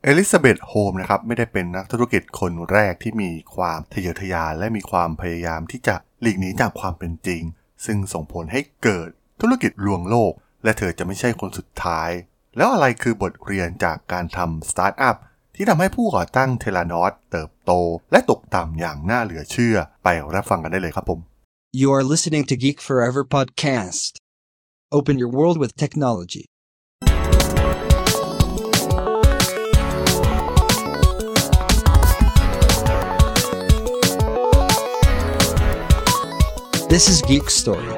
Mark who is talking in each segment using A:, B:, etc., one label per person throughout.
A: เอลิซาเบธโฮมนะครับไม่ได้เป็นนักธุรกิจคนแรกที่มีความทะเยอทะยานและมีความพยายามที่จะหลีกหนีจากความเป็นจริงซึ่งส่งผลให้เกิดธุรกิจลวงโลกและเธอจะไม่ใช่คนสุดท้ายแล้วอะไรคือบทเรียนจากการทำสตาร์ทอัพที่ทำให้ผู้ก่อตั้งเทเลานอสเติบโตและตกต่ำอย่างน่าเหลือเชื่อไปรับฟังกันได้เลยครับผม
B: You are listening to Geek Forever podcast. Open your world with technology. This is Geek Story.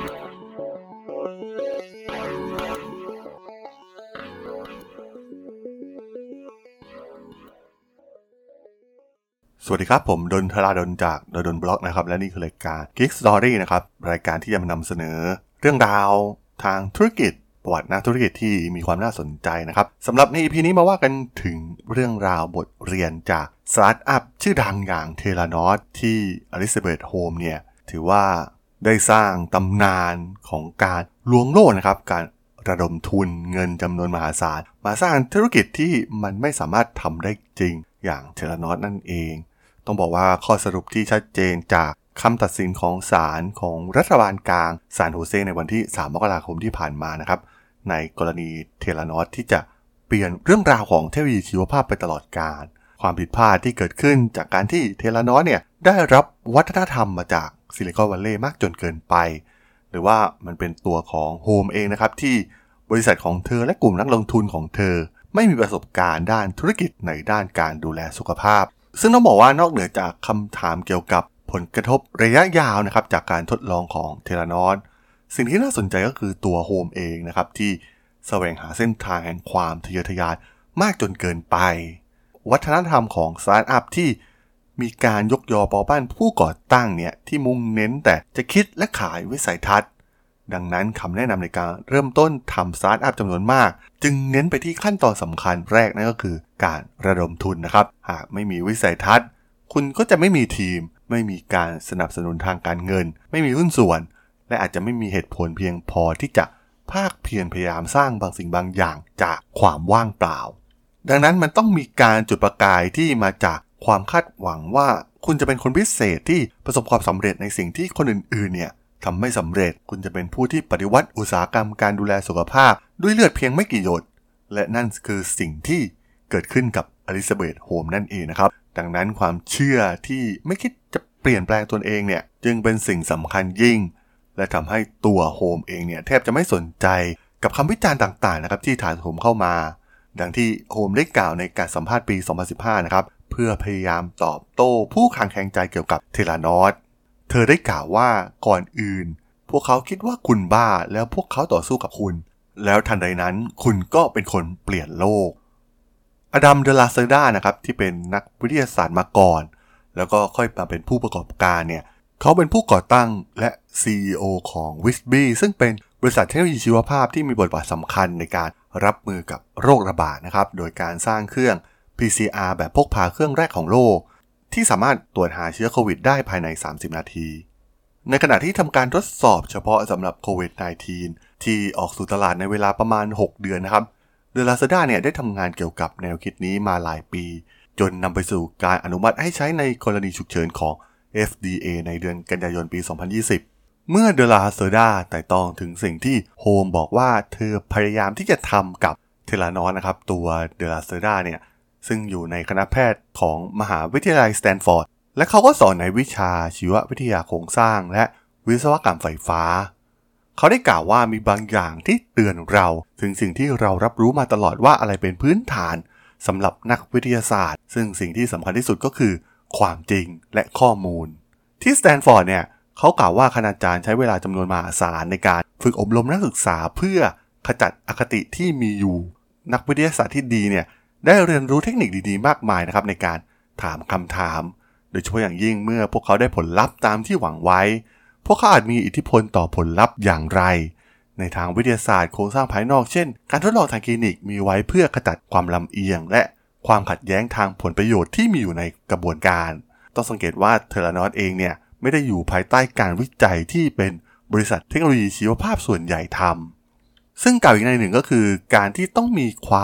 A: สวัสดีครับผมดนทราดลจากดนบล็อกนะครับและนี่คือรายการ Geek Story นะครับรายการที่จะมานำเสนอเรื่องราวทางธุรกิจประวัตินักธุรกิจที่มีความน่าสนใจนะครับสำหรับใน EP นี้มาว่ากันถึงเรื่องราวบทเรียนจากสตาร์ทอัพชื่อดังอย่างเทเลานอสที่อลิซาเบธโฮมเนี่ยถือว่าได้สร้างตำนานของการลวงโลกนะครับการระดมทุนเงินจำนวนมหาศาลมาสร้างธุรกิจที่มันไม่สามารถทำได้จริงอย่างเทเลานอสนั่นเองต้องบอกว่าข้อสรุปที่ชัดเจนจากคำตัดสินของศาลของรัฐบาลกลางซานโฮเซในวันที่3 มกราคมที่ผ่านมานะครับในกรณีเทเลานอสที่จะเปลี่ยนเรื่องราวของเทคโนโลยีชีวภาพไปตลอดกาลความผิดพลาดที่เกิดขึ้นจากการที่เทเลานอสเนี่ยได้รับวัฒนธรรมมาจากซิลิคอนวัลเลย์มากจนเกินไปหรือว่ามันเป็นตัวของโฮมเองนะครับที่บริษัทของเธอและกลุ่มนักลงทุนของเธอไม่มีประสบการณ์ด้านธุรกิจในด้านการดูแลสุขภาพซึ่งต้องบอกว่านอกเหนือจากคำถามเกี่ยวกับผลกระทบระยะยาวนะครับจากการทดลองของเทเลานอสสิ่งที่น่าสนใจก็คือตัวโฮมเองนะครับที่แสวงหาเส้นทางแห่งความทะเยอทะยานมากจนเกินไปวัฒนธรรมของสตาร์ทอัพที่มีการยกยอปอปั้นผู้ก่อตั้งเนี่ยที่มุ่งเน้นแต่จะคิดและขายวิสัยทัศน์ดังนั้นคำแนะนำในการเริ่มต้นทำสตาร์ทอัพจำนวนมากจึงเน้นไปที่ขั้นตอนสำคัญแรกนั่นก็คือการระดมทุนนะครับหากไม่มีวิสัยทัศน์คุณก็จะไม่มีทีมไม่มีการสนับสนุนทางการเงินไม่มีหุ้นส่วนและอาจจะไม่มีเหตุผลเพียงพอที่จะภาคเพียรพยายามสร้างบางสิ่งบางอย่างจากความว่างเปล่าดังนั้นมันต้องมีการจุดประกายที่มาจากความคาดหวังว่าคุณจะเป็นคนพิเศษที่ประสบความสำเร็จในสิ่งที่คนอื่นๆเนี่ยทำไม่สำเร็จคุณจะเป็นผู้ที่ปฏิวัติอุตสาหกรรมการดูแลสุขภาพด้วยเลือดเพียงไม่กี่หยดและนั่นคือสิ่งที่เกิดขึ้นกับอลิซาเบธโฮมนั่นเองนะครับดังนั้นความเชื่อที่ไม่คิดจะเปลี่ยนแปลงตนเองเนี่ยจึงเป็นสิ่งสำคัญยิ่งและทำให้ตัวโฮมเองเนี่ยแทบจะไม่สนใจกับคำวิจารณ์ต่างๆนะครับที่ถาโถมเข้ามาดังที่โฮมได้กล่าวในการสัมภาษณ์ปี 2015 นะครับเพื่อพยายามตอบโต้ผู้คลางแคลงใจเกี่ยวกับเทเลานอสเธอได้กล่าวว่าก่อนอื่นพวกเขาคิดว่าคุณบ้าแล้วพวกเขาต่อสู้กับคุณแล้วทันใดนั้นคุณก็เป็นคนเปลี่ยนโลกอดัมเดลาเซอร์ดานะครับที่เป็นนักวิทยาศาสตร์มาก่อนแล้วก็ค่อยมาเป็นผู้ประกอบการเนี่ยเขาเป็นผู้ก่อตั้งและ CEO ของ Wisby ซึ่งเป็นบริษัทเทคโนโลยีชีวภาพที่มีบทบาทสำคัญในการรับมือกับโรคระบาดนะครับโดยการสร้างเครื่อง PCR แบบพกพาเครื่องแรกของโลกที่สามารถตรวจหาเชื้อโควิดได้ภายใน30 นาทีในขณะที่ทำการทดสอบเฉพาะสำหรับโควิด -19 ที่ออกสู่ตลาดในเวลาประมาณ6 เดือนนะครับเดลาซาด้าเนี่ยได้ทำงานเกี่ยวกับแนวคิดนี้มาหลายปีจนนำไปสู่การอนุมัติให้ใช้ในกรณีฉุกเฉินของ FDA ในเดือนกันยายนปี 2020 เมื่อเดลาซาด้าไต่ตองถึงสิ่งที่โฮมบอกว่าเธอพยายามที่จะทำกับเทเลานอสนะครับตัวเดลาซาด้าเนี่ยซึ่งอยู่ในคณะแพทย์ของมหาวิทยาลัยสแตนฟอร์ดและเขาก็สอนในวิชาชีววิทยาโครงสร้างและวิศวกรรมไฟฟ้าเขาได้กล่าวว่ามีบางอย่างที่เตือนเราถึงสิ่งที่เรารับรู้มาตลอดว่าอะไรเป็นพื้นฐานสำหรับนักวิทยาศาสตร์ซึ่งสิ่งที่สำคัญที่สุดก็คือความจริงและข้อมูลที่สแตนฟอร์ดเนี่ยเขากล่าวว่าคณาจารย์ใช้เวลาจำนวนมหาศาลในการฝึกอบรมนักศึกษาเพื่อขจัดอคติที่มีอยู่นักวิทยาศาสตร์ที่ดีเนี่ยได้เรียนรู้เทคนิคดีๆมากมายนะครับในการถามคำถามโดยเฉพาะอย่างยิ่งเมื่อพวกเขาได้ผลลัพธ์ตามที่หวังไว้พวกเขาอาจมีอิทธิพลต่อผลลัพธ์อย่างไรในทางวิทยาศาสตร์โครงสร้างภายนอกเช่นการทดลองทางคลินิกมีไว้เพื่อขจัดความลำเอียงและความขัดแย้งทางผลประโยชน์ที่มีอยู่ในกระบวนการต้องสังเกตว่าเทเลานอสเองเนี่ยไม่ได้อยู่ภายใต้การวิจัยที่เป็นบริษัทเทคโนโลยีชีวภาพส่วนใหญ่ทำซึ่งกล่าวอีกในหนึ่งก็คือการที่ต้องมีความ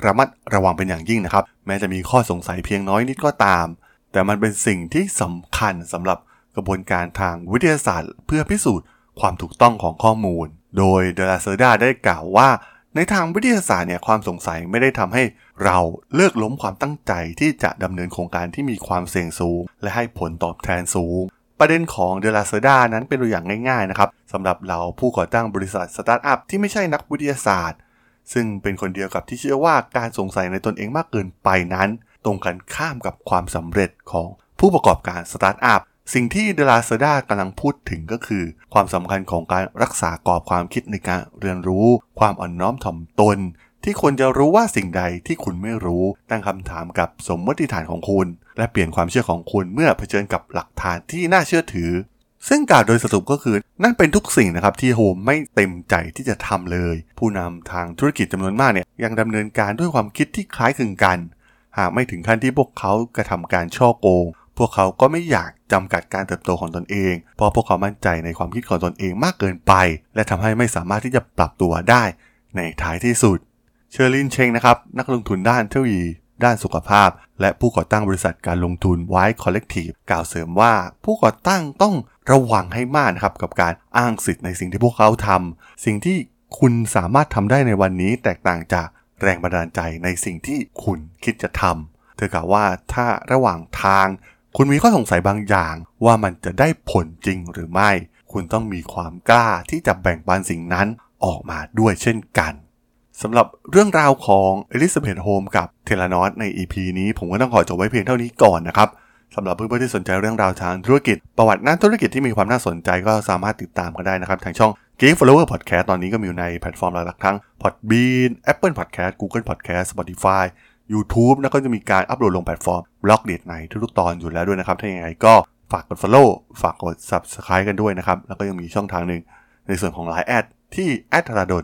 A: ระมัดระวังเป็นอย่างยิ่งนะครับแม้จะมีข้อสงสัยเพียงน้อยนิดก็ตามแต่มันเป็นสิ่งที่สำคัญสำหรับกระบวนการทางวิทยาศาสตร์เพื่อพิสูจน์ความถูกต้องของข้อมูลโดยเดลาเซอร์ดาได้กล่าวว่าในทางวิทยาศาสตร์เนี่ยความสงสัยไม่ได้ทำให้เราเลิกล้มความตั้งใจที่จะดำเนินโครงการที่มีความเสี่ยงสูงและให้ผลตอบแทนสูงประเด็นของเดลาเซอร์ดานั้นเป็นตัวอย่างง่ายๆนะครับสำหรับเราผู้ก่อตั้งบริษัทสตาร์ทอัพที่ไม่ใช่นักวิทยาศาสตร์ซึ่งเป็นคนเดียวกับที่เชื่อว่าการสงสัยในตนเองมากเกินไปนั้นตรงกันข้ามกับความสำเร็จของผู้ประกอบการสตาร์ทอัพสิ่งที่เดลาเซอร์ดากำลังพูดถึงก็คือความสำคัญของการรักษากรอบความคิดในการเรียนรู้ความอ่อนน้อมถ่อมตนที่ควรจะรู้ว่าสิ่งใดที่คุณไม่รู้ตั้งคำถามกับสมมติฐานของคุณและเปลี่ยนความเชื่อของคุณเมื่อเผชิญกับหลักฐานที่น่าเชื่อถือซึ่งกล่าวโดยสรุปก็คือนั่นเป็นทุกสิ่งนะครับที่โฮมไม่เต็มใจที่จะทำเลยผู้นำทางธุรกิจจำนวนมากเนี่ยยังดำเนินการด้วยความคิดที่คล้ายคลึงกันหากไม่ถึงขั้นที่พวกเขากระทำการฉ้อโกงพวกเขาก็ไม่อยากจำกัดการเติบโตของตนเองเพราะพวกเขามั่นใจในความคิดของตนเองมากเกินไปและทำให้ไม่สามารถที่จะปรับตัวได้ในท้ายที่สุดเชอร์ลินเชงนะครับนักลงทุนด้านเทคโนโลยีด้านสุขภาพและผู้ก่อตั้งบริษัทการลงทุน White Collective กล่าวเสริมว่าผู้ก่อตั้งต้องระวังให้มากนะครับกับการอ้างสิทธิ์ในสิ่งที่พวกเขาทำสิ่งที่คุณสามารถทำได้ในวันนี้แตกต่างจากแรงบันดาลใจในสิ่งที่คุณคิดจะทำเธอกล่าวว่าถ้าระหว่างทางคุณมีข้อสงสัยบางอย่างว่ามันจะได้ผลจริงหรือไม่คุณต้องมีความกล้าที่จะแบ่งปันสิ่งนั้นออกมาด้วยเช่นกันสำหรับเรื่องราวของเอลิซาเบธโฮมกับเทเลนอสใน EP นี้ผมก็ต้องขอจบไว้เพียงเท่านี้ก่อนนะครับสำหรับเพื่อนๆที่สนใจเรื่องราวทางธุรกิจประวัตินักธุรกิจที่มีความน่าสนใจก็สามารถติดตามกันได้นะครับทางช่อง Geek Flower Podcast ตอนนี้ก็มีอยู่ในแพลตฟอร์มหลักๆทั้ง Podbean Apple Podcast Google Podcast Spotify YouTube แล้วก็จะมีการอัปโหลดลงแพลตฟอร์มบล็อกเดทในทุกๆตอนอยู่แล้วด้วยนะครับถ้าอย่างไรก็ฝากกด follow ฝากกด subscribe กันด้วยนะครับแล้วก็ยังมีช่องทางนึงในส่วนของ Line แอดที่ @thradol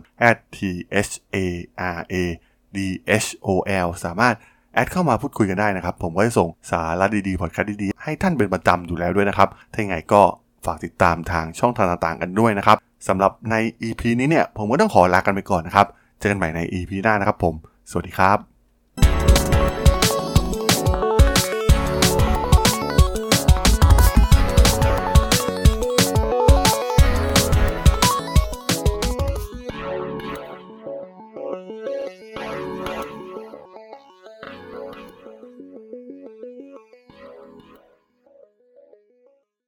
A: @THARADHOL สามารถแอดเข้ามาพูดคุยกันได้นะครับผมก็จะส่งสาระดีๆพอดแคสต์ดีๆให้ท่านเป็นประจำอยู่แล้วด้วยนะครับถ้าอย่างไรก็ฝากติดตามทางช่องทางต่างๆกันด้วยนะครับสำหรับใน EP นี้เนี่ยผมก็ต้องขอลากันไปก่อนนะครับเจอกันใหม่ใน EP หน้านะครับผมสวัสดีครับ